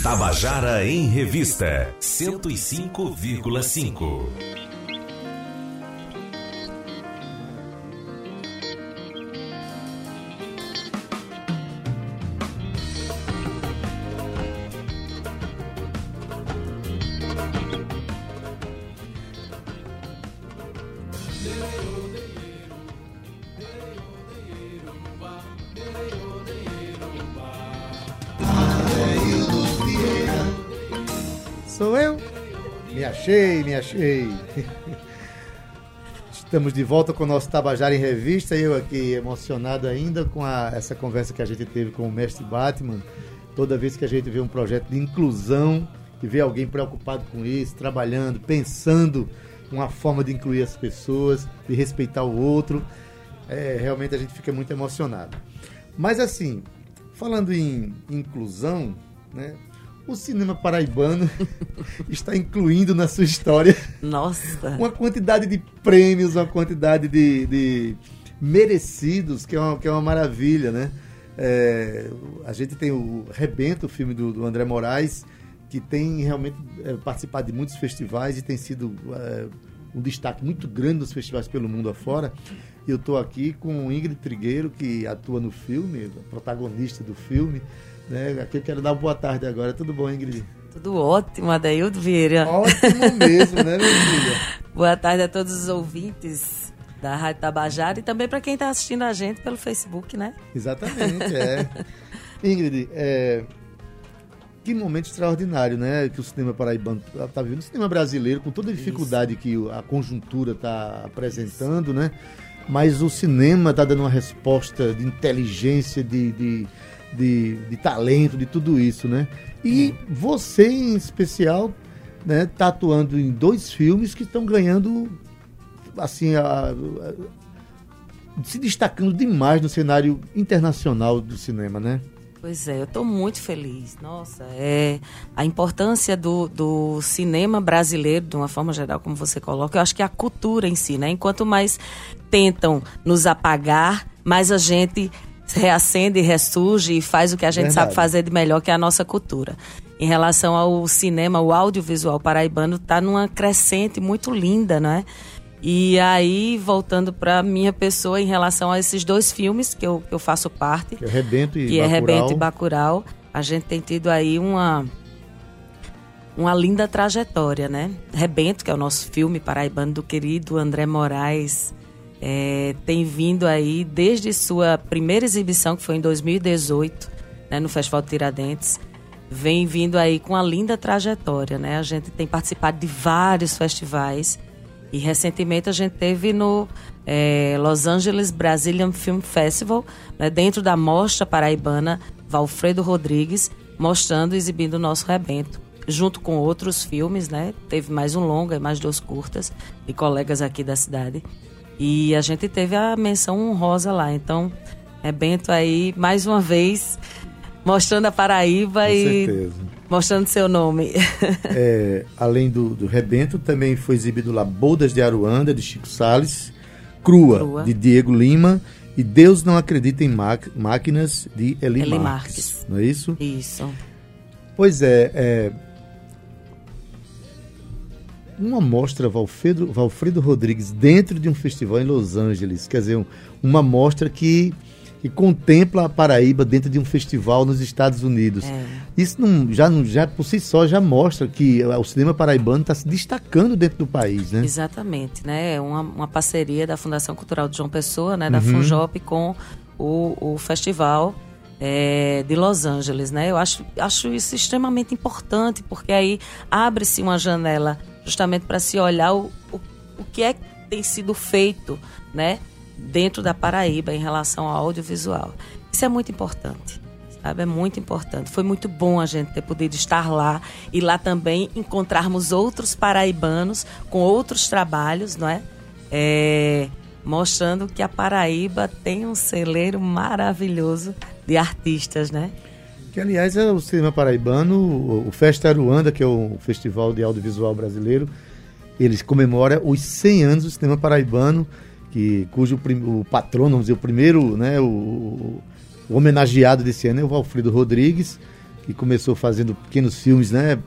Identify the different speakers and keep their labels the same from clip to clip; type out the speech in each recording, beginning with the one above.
Speaker 1: Tabajara em Revista 105,5.
Speaker 2: Sou eu? Me achei. Estamos de volta com o nosso Tabajara em Revista. Eu aqui emocionado ainda com essa conversa que a gente teve com o mestre Batman. Toda vez que a gente vê um projeto de inclusão e vê alguém preocupado com isso, trabalhando, pensando uma forma de incluir as pessoas, de respeitar o outro, realmente a gente fica muito emocionado. Mas assim, falando em inclusão, né? O cinema paraibano está incluindo na sua história uma quantidade de prêmios, uma quantidade de merecidos, que é uma maravilha, né? A gente tem o Rebento, o filme do André Moraes, que tem realmente participado de muitos festivais e tem sido um destaque muito grande nos festivais pelo mundo afora. E eu estou aqui com Ingrid Trigueiro, que atua no filme, protagonista do filme. Aqui eu quero dar uma boa tarde agora. Tudo bom, Ingrid?
Speaker 3: Tudo ótimo, Adaildo Vieira.
Speaker 2: Ótimo mesmo, né, minha filha?
Speaker 3: Boa tarde a todos os ouvintes da Rádio Tabajara e também para quem está assistindo a gente pelo Facebook, né?
Speaker 2: Exatamente, Ingrid, que momento extraordinário, né? Que o cinema paraibano está vivendo. O cinema brasileiro, com toda a dificuldade que a conjuntura está apresentando, né? Mas o cinema está dando uma resposta de inteligência, de talento, de tudo isso, né? E você, em especial, né, tá atuando em 2 filmes que estão ganhando, assim, se destacando demais no cenário internacional do cinema, né?
Speaker 3: Pois é, eu estou muito feliz. Nossa, a importância do cinema brasileiro, de uma forma geral, como você coloca, eu acho que é a cultura em si, né? Enquanto mais tentam nos apagar, mais a gente reacende, ressurge e faz o que a gente sabe fazer de melhor, que é a nossa cultura. Em relação ao cinema, o audiovisual paraibano está numa crescente muito linda, né? E aí, voltando para minha pessoa, em relação a esses 2 filmes que eu faço parte,
Speaker 2: que é Rebento
Speaker 3: e Bacurau, a gente tem tido aí uma linda trajetória, né? Rebento, que é o nosso filme paraibano do querido André Moraes, tem vindo aí desde sua primeira exibição, que foi em 2018, né, no Festival de Tiradentes, vem vindo aí com uma linda trajetória, né? A gente tem participado de vários festivais e recentemente a gente teve no Los Angeles Brazilian Film Festival, né, dentro da Mostra Paraibana Valfredo Rodrigues, mostrando e exibindo o nosso Rebento, junto com outros filmes, né? Teve mais um longa e mais 2 curtas de colegas aqui da cidade. E a gente teve a menção honrosa lá. Então, Rebento aí, mais uma vez, mostrando a Paraíba
Speaker 2: com
Speaker 3: e
Speaker 2: certeza.
Speaker 3: Mostrando seu nome.
Speaker 2: Além do Rebento, também foi exibido lá Bodas de Aruanda, de Chico Salles, Crua, de Diego Lima, e Deus Não Acredita em Máquinas, de Eli Marques. Não é isso?
Speaker 3: Isso.
Speaker 2: Pois uma mostra Valfredo Rodrigues dentro de um festival em Los Angeles, quer dizer, uma mostra que contempla a Paraíba dentro de um festival nos Estados Unidos. Isso já por si só já mostra que o cinema paraibano está se destacando dentro do país, né?
Speaker 3: Exatamente, né? É uma parceria da Fundação Cultural de João Pessoa, né? Da FUNJOP com o festival de Los Angeles, né? Eu acho isso extremamente importante, porque aí abre-se uma janela justamente para se olhar o que é que tem sido feito, né, dentro da Paraíba em relação ao audiovisual. Isso é muito importante, sabe? É muito importante. Foi muito bom a gente ter podido estar lá e lá também encontrarmos outros paraibanos com outros trabalhos, não é? Mostrando que a Paraíba tem um celeiro maravilhoso de artistas, né?
Speaker 2: Que, aliás, é o cinema paraibano, o Festa Aruanda, que é o Festival de Audiovisual Brasileiro, eles comemoram os 100 anos do cinema paraibano, cujo o patrono, vamos dizer, o primeiro, né, o homenageado desse ano é o Valfredo Rodrigues, que começou fazendo pequenos filmes, né,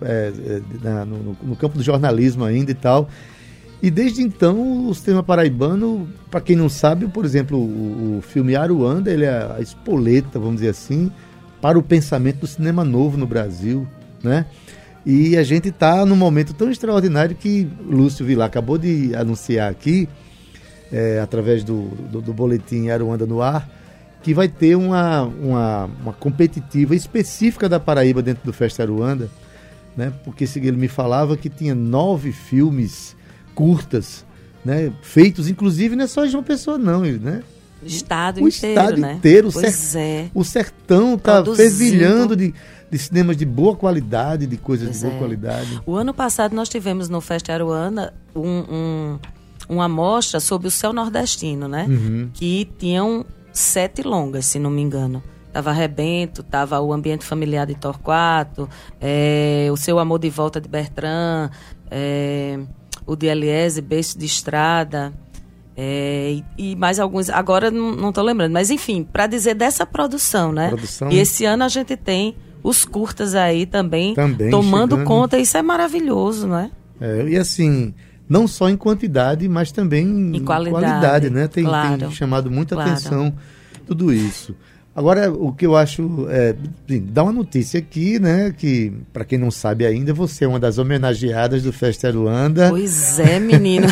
Speaker 2: no campo do jornalismo ainda e tal. E desde então o cinema paraibano, para quem não sabe, por exemplo, o filme Aruanda, ele é a espoleta, vamos dizer assim, para o pensamento do cinema novo no Brasil, né? E a gente está num momento tão extraordinário que Lúcio Vilar acabou de anunciar aqui, através do boletim Aruanda no Ar, que vai ter uma competitiva específica da Paraíba dentro do Festa Aruanda, né? Porque ele me falava que tinha 9 filmes curtas, né? Feitos, inclusive, não é só de uma pessoa, não, né?
Speaker 3: O estado
Speaker 2: inteiro,
Speaker 3: né?
Speaker 2: O sertão está fervilhando de cinemas de boa qualidade, de coisas de boa qualidade.
Speaker 3: O ano passado nós tivemos no Festa Aruanda uma mostra sobre o céu nordestino, né? Que tinham 7 longas, se não me engano. Tava Rebento, tava O Ambiente Familiar de Torquato, O Seu Amor de Volta de Bertrand, o de Eliese, Beijo de Estrada, e mais alguns, agora não estou lembrando, mas enfim, para dizer dessa produção, né? E esse ano a gente tem os curtas aí também tomando conta, isso é maravilhoso, não é?
Speaker 2: E assim, não só em quantidade, mas também em qualidade, né? Tem chamado muita atenção tudo isso. Agora, o que eu acho dá uma notícia aqui, né, que, para quem não sabe ainda, você é uma das homenageadas do Festa Aruanda.
Speaker 3: Pois é, menino.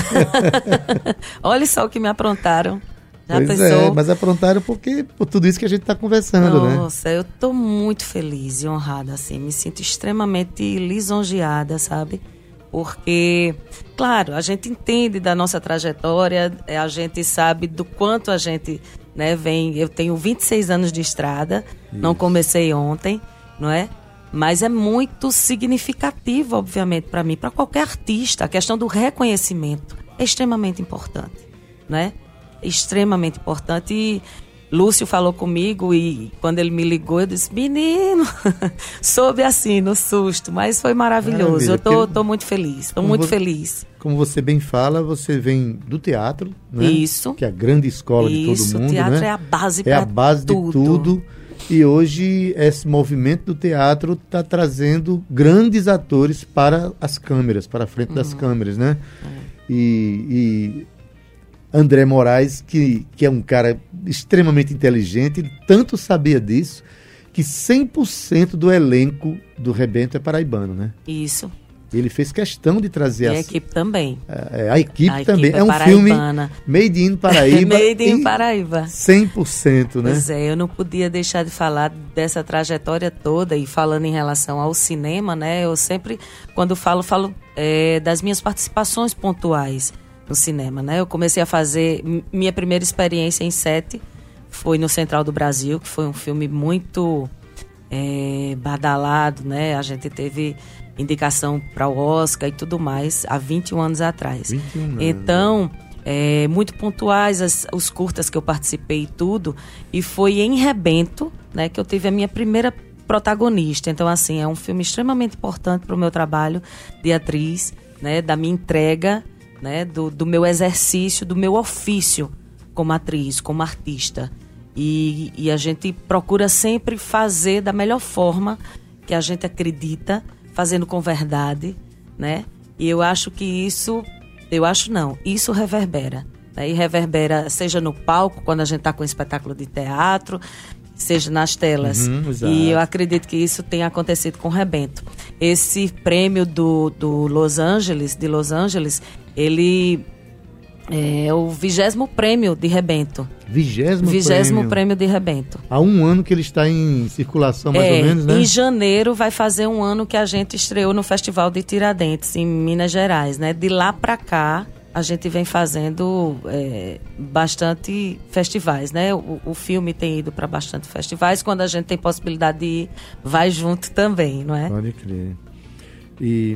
Speaker 3: Olha só o que me aprontaram. Já pensou?
Speaker 2: Mas aprontaram por tudo isso que a gente está conversando, né?
Speaker 3: Nossa, eu estou muito feliz e honrada, assim, me sinto extremamente lisonjeada, sabe? Porque, claro, a gente entende da nossa trajetória, a gente sabe do quanto a gente, né, vem. Eu tenho 26 anos de estrada, não comecei ontem, não é? Mas é muito significativo, obviamente, para mim, para qualquer artista. A questão do reconhecimento é extremamente importante, né? Extremamente importante. E Lúcio falou comigo e quando ele me ligou, eu disse, menino, soube assim, no susto, mas foi maravilhoso. Eu tô muito feliz, feliz.
Speaker 2: Como você bem fala, você vem do teatro, né?
Speaker 3: Isso.
Speaker 2: Que é a grande escola de todo mundo,
Speaker 3: o teatro,
Speaker 2: né?
Speaker 3: é a base para tudo.
Speaker 2: É a base de tudo. E hoje esse movimento do teatro está trazendo grandes atores para as câmeras, para a frente das câmeras, né? E André Moraes, que é um cara extremamente inteligente, ele tanto sabia disso, que 100% do elenco do Rebento é paraibano, né?
Speaker 3: Isso.
Speaker 2: Ele fez questão de trazer
Speaker 3: a equipe também.
Speaker 2: A equipe também. É um filme Made in Paraíba.
Speaker 3: Made in Paraíba.
Speaker 2: 100%, né?
Speaker 3: Pois eu não podia deixar de falar dessa trajetória toda e falando em relação ao cinema, né? Eu sempre, quando falo das minhas participações pontuais no cinema, né? Eu comecei a fazer minha primeira experiência em set foi no Central do Brasil, que foi um filme muito badalado, né? A gente teve indicação para o Oscar e tudo mais há 21 anos atrás.
Speaker 2: 21 anos.
Speaker 3: Então, muito pontuais os curtas que eu participei e tudo, e foi em Rebento, né, que eu tive a minha primeira protagonista. Então, assim, é um filme extremamente importante para o meu trabalho de atriz, né, da minha entrega, né, do meu exercício, do meu ofício como atriz, como artista. E a gente procura sempre fazer da melhor forma que a gente acredita, fazendo com verdade, né? E eu acho que isso reverbera. Né? E reverbera, seja no palco, quando a gente está com um espetáculo de teatro, seja nas telas. E eu acredito que isso tenha acontecido com o Rebento. Esse prêmio de Los Angeles, ele é o 20º prêmio de Rebento. 20º prêmio de Rebento.
Speaker 2: Há um ano que ele está em circulação, mais ou menos, né?
Speaker 3: Em janeiro vai fazer um ano que a gente estreou no Festival de Tiradentes, em Minas Gerais, né? De lá para cá, a gente vem fazendo bastante festivais, né? O filme tem ido para bastante festivais. Quando a gente tem possibilidade de ir, vai junto também, não é?
Speaker 2: Pode crer. E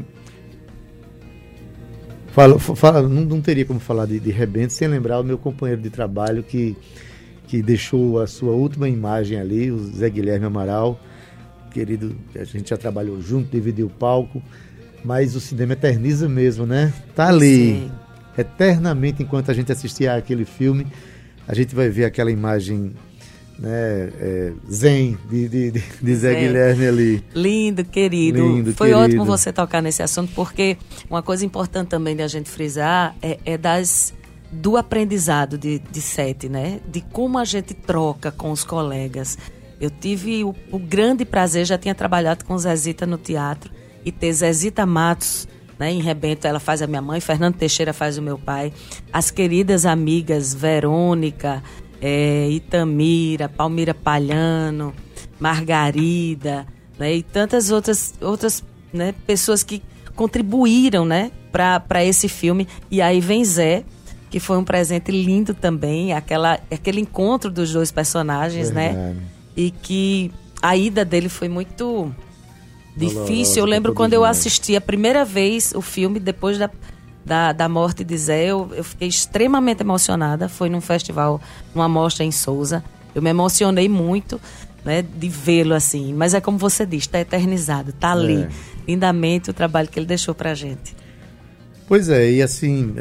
Speaker 2: não teria como falar de Rebento sem lembrar o meu companheiro de trabalho que deixou a sua última imagem ali, o Zé Guilherme Amaral, querido, a gente já trabalhou junto, dividiu o palco, mas o cinema eterniza mesmo, né? Tá ali, sim, eternamente, enquanto a gente assistia àquele filme, a gente vai ver aquela imagem né, zen de Zé Guilherme ali.
Speaker 3: Lindo, querido. Foi ótimo você tocar nesse assunto, porque uma coisa importante também de a gente frisar é do aprendizado de set, né? De como a gente troca com os colegas. Eu tive o grande prazer, já tinha trabalhado com Zezita no teatro, e ter Zezita Matos, né, em Rebento, ela faz a minha mãe, Fernando Teixeira faz o meu pai, as queridas amigas Verônica, Itamira, Palmira Palhano, Margarida, né, e tantas outras né, pessoas que contribuíram, né, para esse filme. E aí vem Zé, que foi um presente lindo também, aquele encontro dos dois personagens, né? E que a ida dele foi muito difícil. Eu lembro quando eu assisti a primeira vez o filme, depois da morte de Zé, eu fiquei extremamente emocionada. Foi num festival, numa mostra em Souza. Eu me emocionei muito, né, de vê-lo assim. Mas é como você diz, está eternizado, está ali. Lindamente o trabalho que ele deixou pra gente. Pois é, e assim,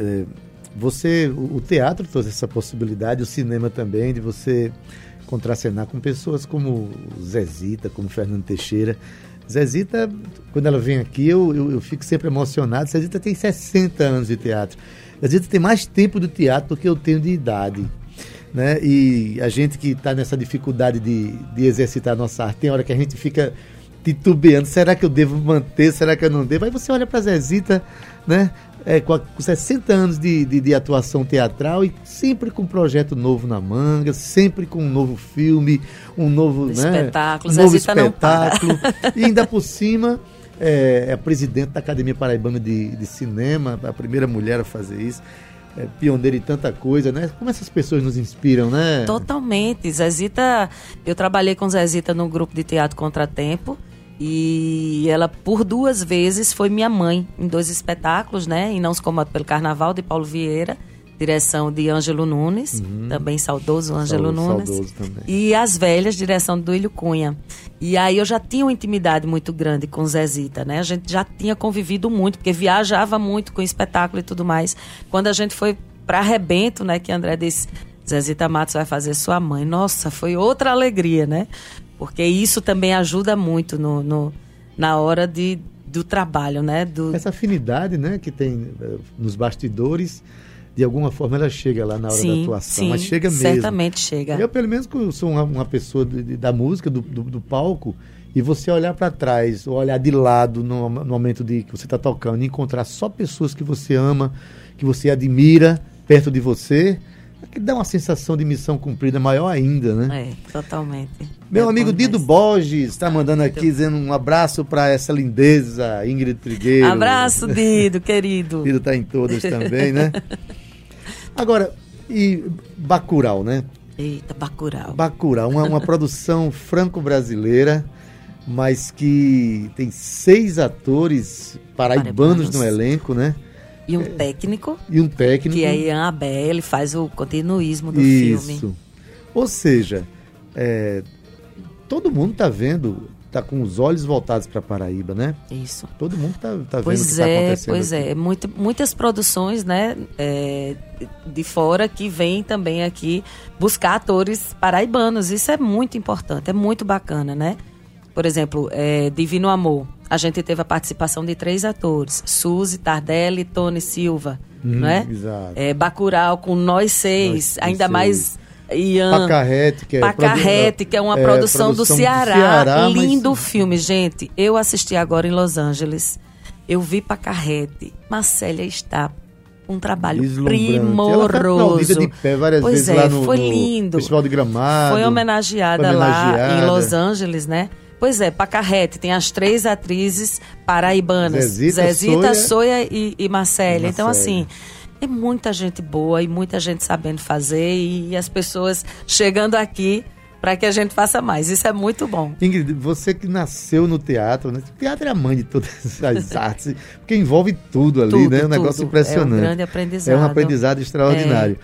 Speaker 3: o teatro trouxe essa possibilidade, o cinema também, de você contracenar com pessoas como Zezita, como Fernando Teixeira. Zezita, quando ela vem aqui, eu fico sempre emocionado. Zezita tem 60 anos de teatro. Zezita tem mais tempo do teatro do que eu tenho de idade, né? E a gente que está nessa dificuldade de exercitar a nossa arte, tem hora que a gente fica titubeando, será que eu devo manter, será que eu não devo? Aí você olha para Zezita, né? Com 60 anos de atuação teatral e sempre com um projeto novo na manga, sempre com um novo filme, um novo espetáculo, e ainda por cima é presidente da Academia Paraibana de Cinema, a primeira mulher a fazer isso, pioneira em tanta coisa, né? Como essas pessoas nos inspiram, né? Totalmente. Zezita, eu trabalhei com Zezita no grupo de teatro Contratempo, e ela, por 2 vezes, foi minha mãe em 2 espetáculos, né? Em Não Se Comode Pelo Carnaval, de Paulo Vieira, direção de Ângelo Nunes, também saudoso Ângelo Nunes. Saudoso também. E As Velhas, direção do Duílio Cunha. E aí eu já tinha uma intimidade muito grande com Zezita, né? A gente já tinha convivido muito, porque viajava muito com espetáculo e tudo mais. Quando a gente foi para Rebento, né? Que André disse, Zezita Matos vai fazer sua mãe. Nossa, foi outra alegria, né? Porque isso também ajuda muito na hora do trabalho, né? Essa afinidade, né, que tem nos bastidores, de alguma forma ela chega lá na hora da atuação, mas chega mesmo. Certamente chega. Eu, pelo menos, sou uma pessoa da música, do palco, e você olhar para trás, ou olhar de lado no momento que você está tocando, e encontrar só pessoas que você ama, que você admira, perto de você, que dá uma sensação de missão cumprida maior ainda, né? Totalmente. Meu amigo Dido Borges está mandando aqui, dizendo um abraço para essa lindeza, Ingrid Trigueiro. Abraço, Dido, querido. Dido está em todas também, né? Agora, e Bacurau, né? Eita, Bacurau. Bacurau, uma produção franco-brasileira, mas que tem 6 atores paraibanos no elenco, né? E um técnico. Que é Ian Abel, ele faz o continuismo do filme. Isso. Ou seja, todo mundo está vendo, está com os olhos voltados para Paraíba, né? Isso. Todo mundo está vendo o que está acontecendo. Pois é, muitas produções, né, de fora que vêm também aqui buscar atores paraibanos. Isso é muito importante, é muito bacana, né? Por exemplo, Divino Amor. A gente teve a participação de 3 atores. Suzy, Tardelli e Tony Silva. Não é? Exato. Bacurau com nós 6. Ainda mais Ian. Pacarrete, que é uma produção do Ceará. Lindo filme, gente. Eu assisti agora em Los Angeles. Eu vi Pacarrete. Marcélia está um trabalho primoroso. Ela de pé várias vezes lá foi lindo. Festival de Gramado. Foi homenageada lá em Los Angeles, né? Pois é, Pacarrete tem as 3 atrizes paraibanas, Zezita, Soia e Marcélia. Então, assim, é muita gente boa e muita gente sabendo fazer, e as pessoas chegando aqui para que a gente faça mais. Isso é muito bom. Ingrid, você que nasceu no teatro, né? O teatro é a mãe de todas as artes, porque envolve tudo ali, né? É um negócio impressionante. É um grande aprendizado. É um aprendizado extraordinário.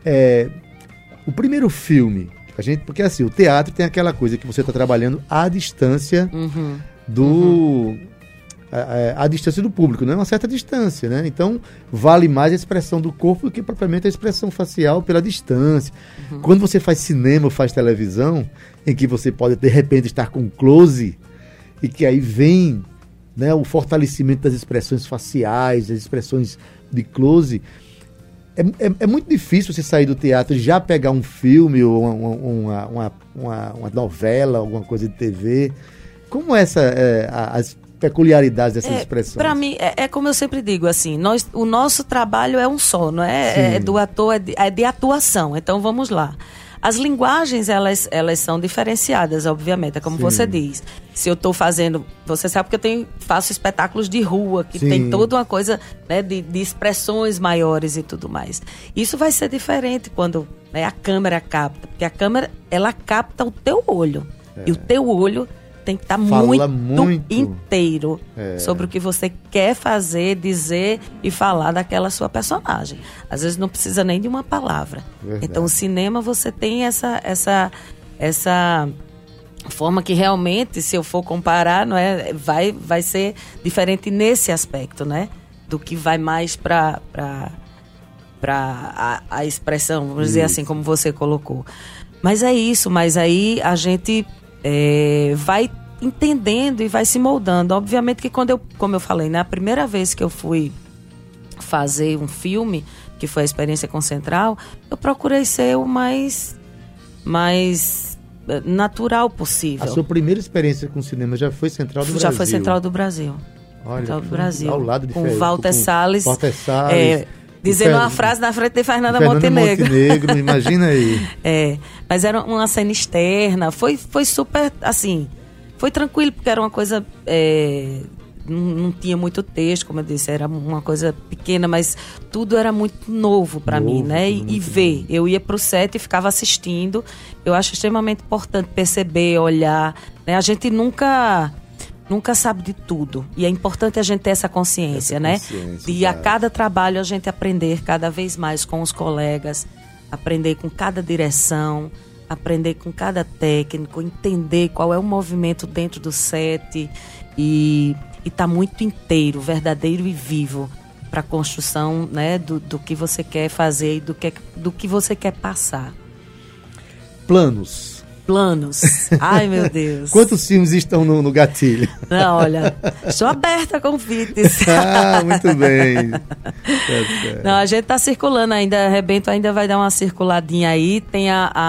Speaker 3: O primeiro filme... porque assim, o teatro tem aquela coisa que você está trabalhando à distância
Speaker 2: a distância do público, né? Uma certa distância, né? Então, vale mais a expressão do corpo do que propriamente a expressão facial pela distância. Quando você faz cinema ou faz televisão, em que você pode, de repente, estar com close, e que aí vem, né, o fortalecimento das expressões faciais, das expressões de close, é muito difícil você sair do teatro e já pegar um filme ou uma novela, alguma coisa de TV. Como as peculiaridades dessas expressões?
Speaker 3: Para mim, é como eu sempre digo, assim, o nosso trabalho é um só, não é? É do ator, é de atuação. Então, vamos lá. As linguagens, elas são diferenciadas, obviamente, é como você diz. Se eu estou fazendo... Você sabe que eu faço espetáculos de rua, que tem toda uma coisa, né, de expressões maiores e tudo mais. Isso vai ser diferente quando, né, a câmera capta. Porque a câmera, ela capta o teu olho. E o teu olho tem que estar muito inteiro sobre o que você quer fazer, dizer e falar daquela sua personagem. Às vezes não precisa nem de uma palavra. Verdade. Então, o cinema, você tem essa forma que realmente, se eu for comparar, não é, vai ser diferente nesse aspecto, né? Do que vai mais para a expressão, vamos dizer assim, como você colocou. Mas é isso, mas aí a gente... vai entendendo e vai se moldando. Obviamente que como eu falei, né, a primeira vez que eu fui fazer um filme, que foi a experiência com Central, eu procurei ser o mais natural possível.
Speaker 2: A sua primeira experiência com cinema já foi Central do Brasil?
Speaker 3: Já foi Central do Brasil.
Speaker 2: Olha,
Speaker 3: Central do Brasil.
Speaker 2: Ao lado de
Speaker 3: com Walter Salles.
Speaker 2: Walter Salles.
Speaker 3: Dizendo uma frase na frente de Fernanda Montenegro.
Speaker 2: Imagina aí.
Speaker 3: Mas era uma cena externa, foi super, assim, foi tranquilo, porque era uma coisa, não tinha muito texto, como eu disse, era uma coisa pequena, mas tudo era muito novo para mim, né? E ver, eu ia pro set e ficava assistindo, eu acho extremamente importante perceber, olhar, né? A gente nunca sabe de tudo. E é importante a gente ter essa consciência, né? De a cada trabalho a gente aprender cada vez mais com os colegas, aprender com cada direção, aprender com cada técnico, entender qual é o movimento dentro do set e tá muito inteiro, verdadeiro e vivo para a construção, né, do que você quer fazer e do que você quer passar.
Speaker 2: Planos.
Speaker 3: Ai, meu Deus.
Speaker 2: Quantos filmes estão no gatilho?
Speaker 3: Não, olha, estou aberta a convites.
Speaker 2: Muito bem.
Speaker 3: Não, a gente está circulando ainda, Rebento ainda vai dar uma circuladinha aí. Tem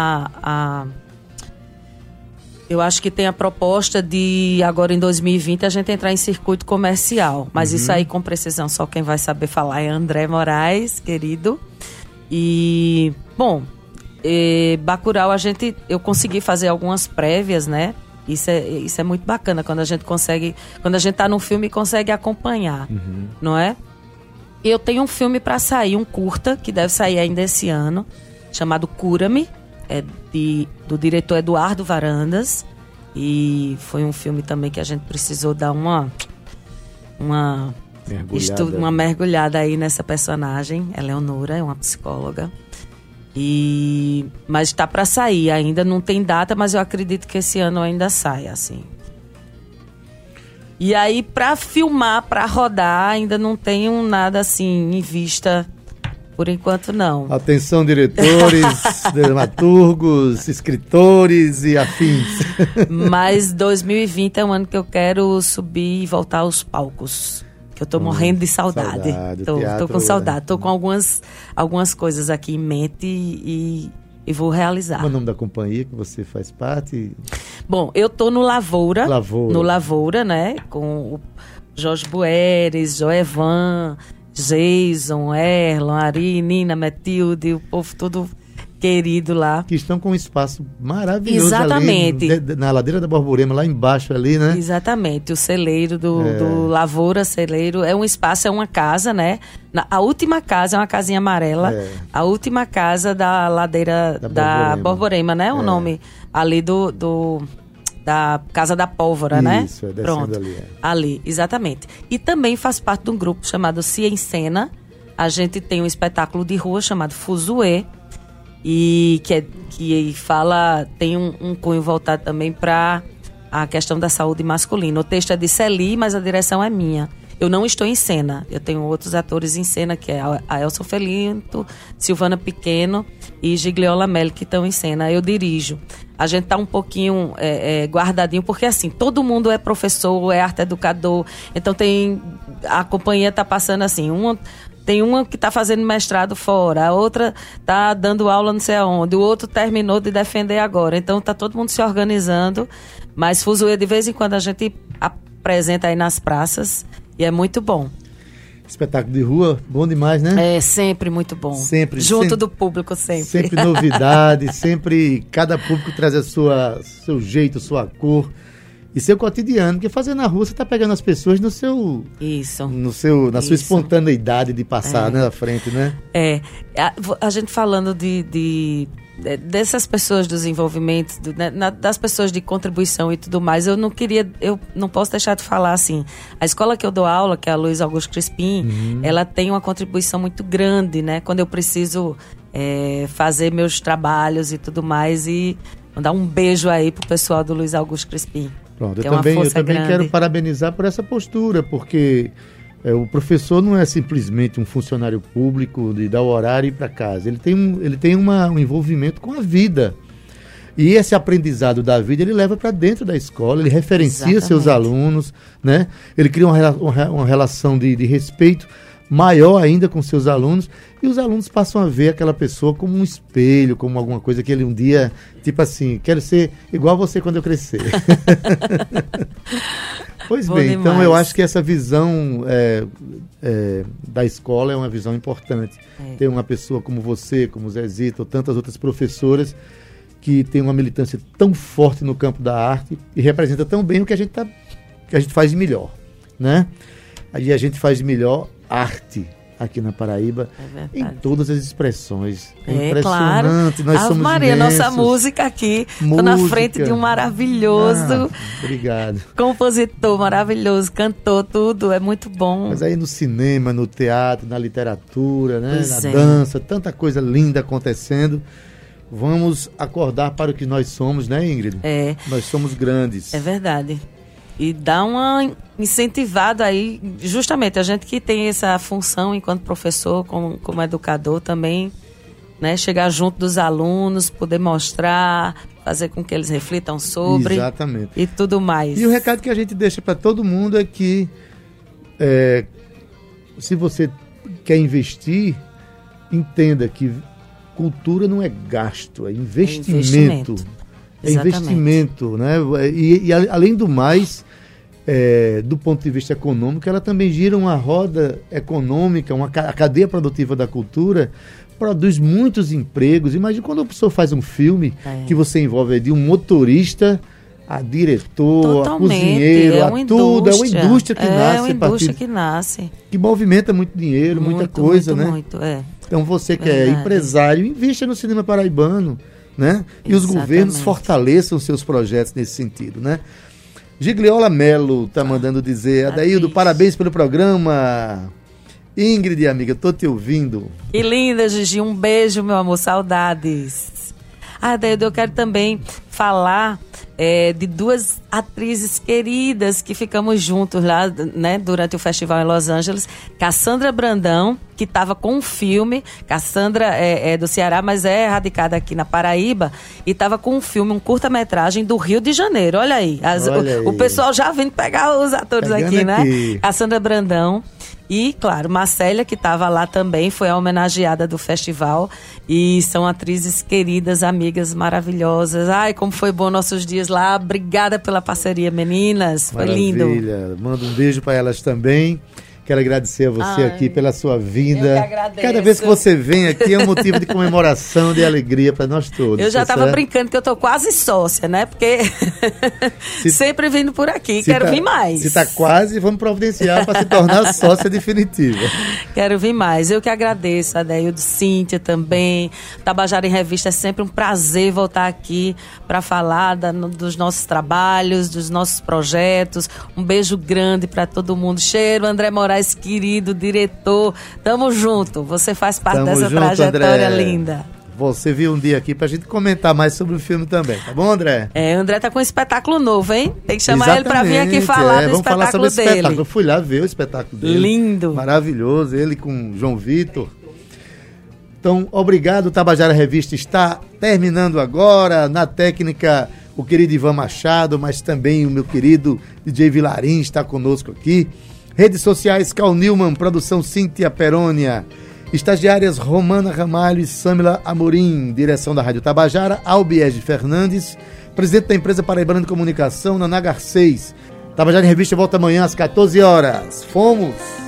Speaker 3: eu acho que tem a proposta de, agora em 2020, a gente entrar em circuito comercial. Mas isso aí, com precisão, só quem vai saber falar é André Moraes, querido. E, bom... Bacurau, eu consegui fazer algumas prévias, né? Isso é muito bacana, quando a gente tá num filme e consegue acompanhar, não é? Eu tenho um filme para sair, um curta, que deve sair ainda esse ano, chamado Cura-me, do diretor Eduardo Varandas, e foi um filme também que a gente precisou dar uma mergulhada aí nessa personagem. A Leonora é uma psicóloga. Mas está para sair, ainda não tem data, mas eu acredito que esse ano ainda sai, assim. E aí, para filmar, para rodar, ainda não tenho nada assim em vista, por enquanto não.
Speaker 2: Atenção, diretores, dramaturgos, escritores e afins.
Speaker 3: Mas 2020 é um ano que eu quero subir e voltar aos palcos. Que eu tô morrendo de saudade. Tô com saudade. Tô com algumas coisas aqui em mente e vou realizar.
Speaker 2: Qual é o nome da companhia que você faz parte?
Speaker 3: Bom, eu tô no Lavoura. No Lavoura, né? Com o Jorge Bueres, Joevan, Jason, Erlon, Ari, Nina, Matilde, o povo todo querido lá.
Speaker 2: Que estão com um espaço maravilhoso.
Speaker 3: Exatamente.
Speaker 2: Ali, na ladeira da Borborema, lá embaixo ali, né?
Speaker 3: Exatamente. O celeiro do Lavoura Celeiro é um espaço, é uma casa, né? A última casa é uma casinha amarela. A última casa da ladeira da Borborema, né? O nome ali da Casa da Pólvora, né?
Speaker 2: Isso, descendo. Pronto.
Speaker 3: Ali, exatamente. E também faz parte de um grupo chamado Cia em Cena. A gente tem um espetáculo de rua chamado Fuzuê. E que fala, tem um cunho voltado também para a questão da saúde masculina. O texto é de Celi, mas a direção é minha. Eu não estou em cena. Eu tenho outros atores em cena, que é a Elson Felinto, Silvana Pequeno e Gigliola Melli, que estão em cena. Eu dirijo. A gente está um pouquinho guardadinho, porque assim, todo mundo é professor, é arte educador. Então a companhia está passando assim, tem uma que está fazendo mestrado fora, a outra está dando aula não sei aonde, o outro terminou de defender agora. Então está todo mundo se organizando, mas Fuzuê, de vez em quando a gente apresenta aí nas praças e é muito bom.
Speaker 2: Espetáculo de rua, bom demais, né?
Speaker 3: É sempre muito bom.
Speaker 2: Sempre.
Speaker 3: Junto do público, sempre.
Speaker 2: Sempre novidade, sempre cada público traz seu jeito, sua cor e seu cotidiano. Porque fazer na rua, você está pegando as pessoas no seu...
Speaker 3: Isso.
Speaker 2: Na sua espontaneidade de passar, né, à frente, né?
Speaker 3: A gente falando dessas pessoas dos envolvimentos, das pessoas de contribuição e tudo mais, eu não posso deixar de falar assim, a escola que eu dou aula, que é a Luiz Augusto Crispim, ela tem uma contribuição muito grande, né, quando eu preciso fazer meus trabalhos e tudo mais, e mandar um beijo aí pro pessoal do Luiz Augusto Crispim.
Speaker 2: Pronto, eu também quero parabenizar por essa postura, porque o professor não é simplesmente um funcionário público de dar o horário e ir para casa. Ele tem um envolvimento com a vida. E esse aprendizado da vida ele leva para dentro da escola, ele referencia seus alunos, né? Ele cria uma relação de respeito maior ainda com seus alunos, e os alunos passam a ver aquela pessoa como um espelho, como alguma coisa que ele um dia, tipo assim, quero ser igual a você quando eu crescer. Pois bem, demais. Então eu acho que essa visão da escola é uma visão importante. Ter uma pessoa como você, como Zezito, ou tantas outras professoras que tem uma militância tão forte no campo da arte e representa tão bem o que a gente faz de melhor, né? Aí a gente faz de melhor arte aqui na Paraíba, em todas as expressões. É impressionante.
Speaker 3: Claro.
Speaker 2: Nós somos
Speaker 3: Maria,
Speaker 2: imensos.
Speaker 3: Nossa música aqui. Estou na frente de um maravilhoso
Speaker 2: obrigado.
Speaker 3: Compositor maravilhoso, cantor, tudo. É muito bom.
Speaker 2: Mas aí no cinema, no teatro, na literatura, né? Na dança, tanta coisa linda acontecendo. Vamos acordar para o que nós somos, né, Ingrid? Nós somos grandes.
Speaker 3: É verdade. E dá uma incentivada aí, justamente, a gente que tem essa função enquanto professor, como educador também, né, chegar junto dos alunos, poder mostrar, fazer com que eles reflitam sobre.
Speaker 2: Exatamente.
Speaker 3: E tudo mais.
Speaker 2: E o recado que a gente deixa para todo mundo é que se você quer investir, entenda que cultura não é gasto, é investimento. É investimento, né? E além do mais, do ponto de vista econômico, ela também gira uma roda econômica, a cadeia produtiva da cultura produz muitos empregos. Imagina quando a pessoa faz um filme que você envolve de um motorista a diretor, a cozinheiro, a tudo. É uma indústria que nasce.
Speaker 3: É uma indústria que nasce.
Speaker 2: Que movimenta muito dinheiro, muita coisa, né?
Speaker 3: Muito.
Speaker 2: Então você que é empresário, invista no cinema paraibano, né? E os governos fortaleçam seus projetos nesse sentido, né? Gigliola Mello está mandando dizer, Adaildo, parabéns pelo programa. Ingrid, amiga, tô te ouvindo.
Speaker 3: Que linda, Gigi, um beijo, meu amor, saudades. Adaildo, eu quero também falar de duas atrizes queridas que ficamos juntos lá, né, durante o festival em Los Angeles. Cassandra Brandão, que estava com um filme. Cassandra é do Ceará, mas é radicada aqui na Paraíba, e estava com um filme, um curta-metragem do Rio de Janeiro. Olha aí, o pessoal já vindo pegar os atores aqui, né? Cassandra Brandão. E, claro, Marcélia, que estava lá também, foi a homenageada do festival. E são atrizes queridas, amigas maravilhosas. Ai, como foi bom nossos dias lá. Obrigada pela parceria, meninas. Foi lindo.
Speaker 2: Maravilha. Manda um beijo para elas também. Quero agradecer a você aqui pela sua vinda.
Speaker 3: Eu que agradeço.
Speaker 2: Cada vez que você vem aqui é um motivo de comemoração, de alegria para nós todos.
Speaker 3: Eu já estava brincando que eu tô quase sócia, né? Porque sempre vindo por aqui, quero vir mais.
Speaker 2: Se tá quase, vamos providenciar para se tornar sócia definitiva.
Speaker 3: Quero vir mais. Eu que agradeço, Adaildo, Cíntia também. Tabajara em Revista, é sempre um prazer voltar aqui para falar dos nossos trabalhos, dos nossos projetos. Um beijo grande para todo mundo. Cheiro, André Moraes, querido diretor, tamo junto, você faz parte dessa trajetória linda.
Speaker 2: você vir um dia aqui pra gente comentar mais sobre o filme também, tá bom, André?
Speaker 3: André tá com um espetáculo novo, hein? Tem que chamar ele pra vir aqui falar do
Speaker 2: vamos falar sobre
Speaker 3: espetáculo dele.
Speaker 2: Eu fui lá ver o espetáculo dele.
Speaker 3: Lindo.
Speaker 2: Maravilhoso, ele com João Vitor. Então, obrigado, Tabajara Revista está terminando agora. Na técnica, o querido Ivan Machado, mas também o meu querido DJ Vilarim está conosco aqui. Redes sociais, Cal Newman, produção Cíntia Perônia. Estagiárias Romana Ramalho e Samila Amorim, direção da Rádio Tabajara, Albiege Fernandes, presidente da empresa Paraibana de Comunicação, Naná Garcês. Tabajara em Revista volta amanhã às 14 horas. Fomos!